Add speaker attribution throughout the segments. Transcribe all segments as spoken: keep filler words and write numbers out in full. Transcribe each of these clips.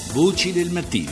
Speaker 1: Voci del mattino.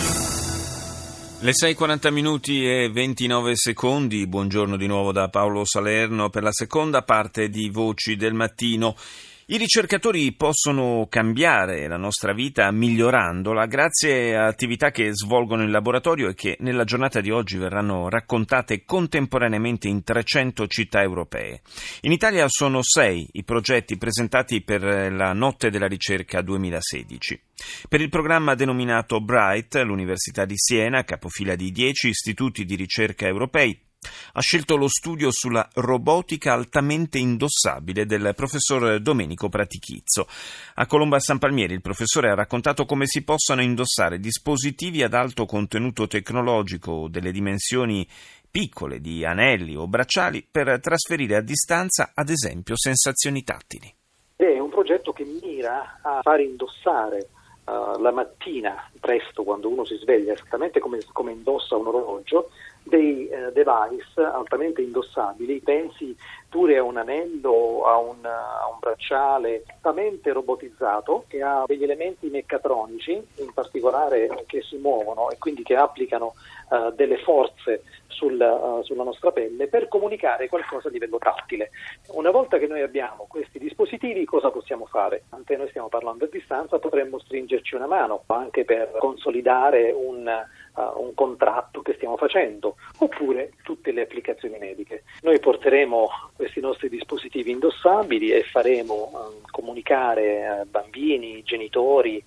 Speaker 2: Le sei e quaranta minuti e ventinove secondi, buongiorno di nuovo da Paolo Salerno per la seconda parte di Voci del Mattino. I ricercatori possono cambiare la nostra vita migliorandola grazie a attività che svolgono in laboratorio e che nella giornata di oggi verranno raccontate contemporaneamente in trecento città europee. In Italia sono sei i progetti presentati per la Notte della Ricerca duemilasedici. Per il programma denominato Bright, l'Università di Siena, capofila di dieci istituti di ricerca europei, ha scelto lo studio sulla robotica altamente indossabile del professor Domenico Pratichizzo. A Colombo a San Palmieri il professore ha raccontato come si possano indossare dispositivi ad alto contenuto tecnologico delle dimensioni piccole di anelli o bracciali per trasferire a distanza, ad esempio, sensazioni tattili.
Speaker 3: È un progetto che mira a far indossare uh, la mattina presto, quando uno si sveglia, esattamente come, come indossa un orologio, dei eh, device altamente indossabili. Pensi pure a un anello, a un, a un bracciale altamente robotizzato che ha degli elementi meccatronici in particolare che si muovono e quindi che applicano uh, delle forze sul, uh, sulla nostra pelle per comunicare qualcosa a livello tattile. Una volta che noi abbiamo questi dispositivi, cosa possiamo fare? Anche noi stiamo parlando a distanza, potremmo stringerci una mano anche per consolidare un Uh, un contratto che stiamo facendo, oppure tutte le applicazioni mediche. Noi porteremo questi nostri dispositivi indossabili e faremo uh, comunicare uh, bambini, genitori,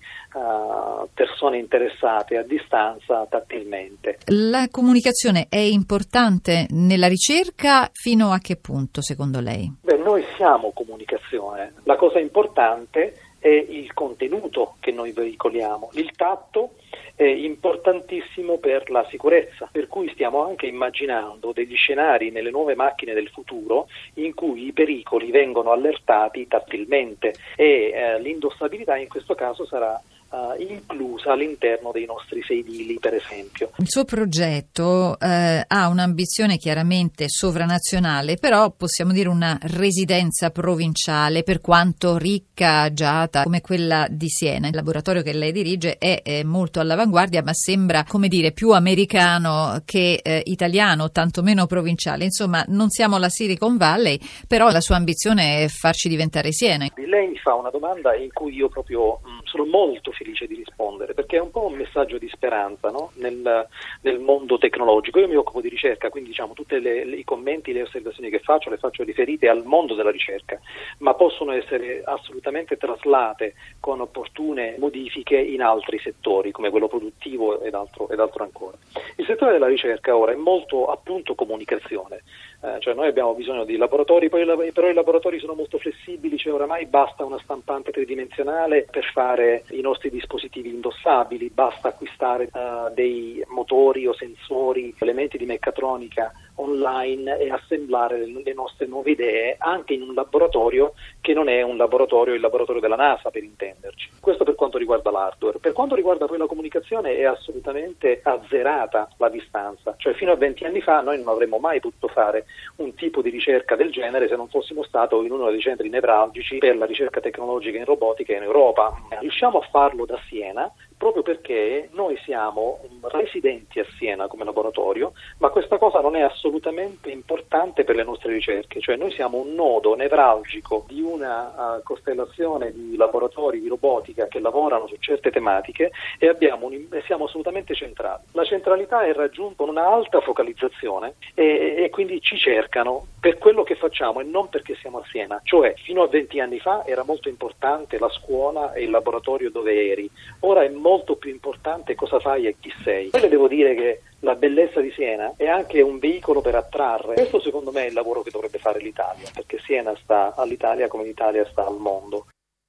Speaker 3: uh, persone interessate a distanza tattilmente.
Speaker 4: La comunicazione è importante nella ricerca fino a che punto, secondo lei?
Speaker 3: Beh, noi siamo comunicazione. La cosa importante è il contenuto che noi veicoliamo. Il tatto è importantissimo per la sicurezza, per cui stiamo anche immaginando degli scenari nelle nuove macchine del futuro in cui i pericoli vengono allertati tattilmente e eh, l'indossabilità in questo caso sarà Uh, inclusa all'interno dei nostri sedili, per esempio.
Speaker 4: Il suo progetto eh, ha un'ambizione chiaramente sovranazionale, però possiamo dire una residenza provinciale, per quanto ricca, agiata come quella di Siena. Il laboratorio che lei dirige è, è molto all'avanguardia, ma sembra, come dire, più americano che eh, italiano, tantomeno provinciale. Insomma, non siamo la Silicon Valley, però la sua ambizione è farci diventare Siena.
Speaker 3: Lei mi fa una domanda in cui io proprio mh, sono molto felice di rispondere, perché è un po' un messaggio di speranza, no? nel, nel mondo tecnologico. Io mi occupo di ricerca, quindi diciamo tutti i commenti, le osservazioni che faccio le faccio riferite al mondo della ricerca, ma possono essere assolutamente traslate con opportune modifiche in altri settori come quello produttivo ed altro, ed altro ancora. Il settore della ricerca ora è molto appunto comunicazione, eh, cioè noi abbiamo bisogno di laboratori, poi, però i laboratori sono molto flessibili, cioè oramai basta una stampante tridimensionale per fare i nostri dispositivi indossabili, basta acquistare uh, dei motori o sensori, elementi di meccatronica online e assemblare le, le nostre nuove idee anche in un laboratorio che non è un laboratorio, il laboratorio della NASA, per intenderci. Questo per quanto riguarda l'hardware. Per quanto riguarda poi la comunicazione, è assolutamente azzerata la distanza, cioè fino a venti anni fa noi non avremmo mai potuto fare un tipo di ricerca del genere se non fossimo stato in uno dei centri nevralgici per la ricerca tecnologica in robotica in Europa. Riusciamo a farlo da Siena proprio perché noi siamo residenti a Siena come laboratorio, ma questa cosa non è assolutamente importante per le nostre ricerche, cioè noi siamo un nodo nevralgico di una uh, costellazione di laboratori di robotica che lavorano su certe tematiche e abbiamo un, siamo assolutamente centrali. La centralità è raggiunta con una alta focalizzazione e, e quindi ci cercano per quello che facciamo e non perché siamo a Siena, cioè fino a venti anni fa era molto importante la scuola e il laboratorio dove eri, ora è molto più importante cosa fai e chi sei. Poi le devo dire che la bellezza di Siena è anche un veicolo per attrarre. Questo secondo me è il lavoro che dovrebbe fare l'Italia, perché Siena sta all'Italia come l'Italia sta al mondo.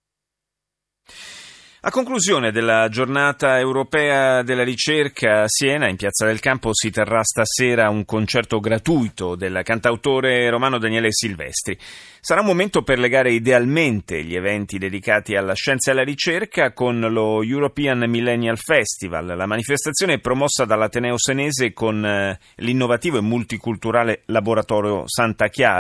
Speaker 2: A conclusione della giornata europea della ricerca a Siena, in Piazza del Campo, si terrà stasera un concerto gratuito del cantautore romano Daniele Silvestri. Sarà un momento per legare idealmente gli eventi dedicati alla scienza e alla ricerca con lo European Millennial Festival. La manifestazione è promossa dall'Ateneo Senese con l'innovativo e multiculturale laboratorio Santa Chiara.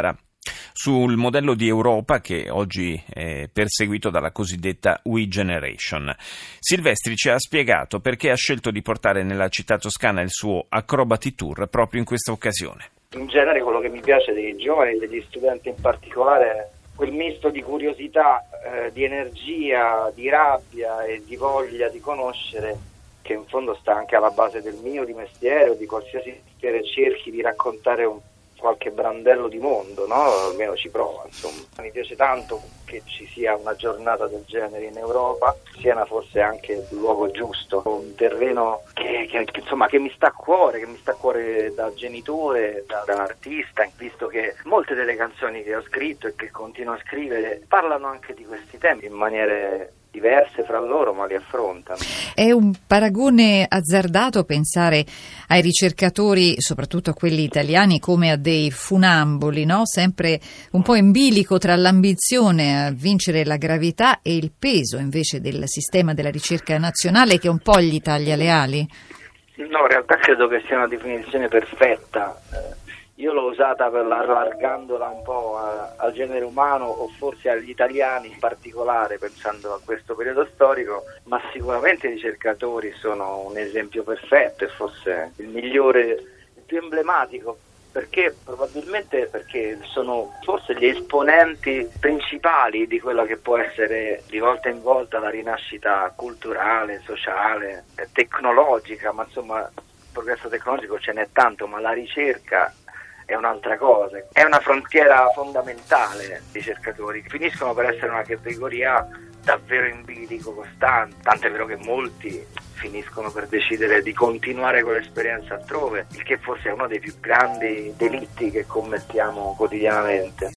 Speaker 2: sul modello di Europa che oggi è perseguito dalla cosiddetta We Generation. Silvestri ci ha spiegato perché ha scelto di portare nella città toscana il suo Acrobati Tour proprio in questa occasione.
Speaker 1: In genere quello che mi piace dei giovani, degli studenti in particolare, è quel misto di curiosità, eh, di energia, di rabbia e di voglia di conoscere, che in fondo sta anche alla base del mio di mestiere o di qualsiasi mestiere cerchi di raccontare un qualche brandello di mondo, no? Almeno ci prova, insomma. Mi piace tanto che ci sia una giornata del genere in Europa, Siena forse anche il luogo giusto, un terreno che, che, che insomma che mi sta a cuore, che mi sta a cuore da genitore, da, da artista, visto che molte delle canzoni che ho scritto e che continuo a scrivere parlano anche di questi temi in maniere diverse fra loro, ma li affrontano.
Speaker 4: È un paragone azzardato pensare ai ricercatori, soprattutto a quelli italiani, come a dei funamboli, no? Sempre un po' in bilico tra l'ambizione a vincere la gravità e il peso invece del sistema della ricerca nazionale che un po' gli taglia le ali?
Speaker 1: No, in realtà credo che sia una definizione perfetta. Io l'ho usata per allargandola un po' a, al genere umano o forse agli italiani in particolare, pensando a questo periodo storico, ma sicuramente i ricercatori sono un esempio perfetto e forse il migliore, il più emblematico, perché probabilmente perché sono forse gli esponenti principali di quella che può essere di volta in volta la rinascita culturale, sociale, tecnologica, ma insomma il progresso tecnologico ce n'è tanto, ma la ricerca è un'altra cosa, è una frontiera fondamentale dei ricercatori, che finiscono per essere una categoria davvero in bilico costante, tant'è vero che molti finiscono per decidere di continuare con l'esperienza altrove, il che forse è uno dei più grandi delitti che commettiamo quotidianamente.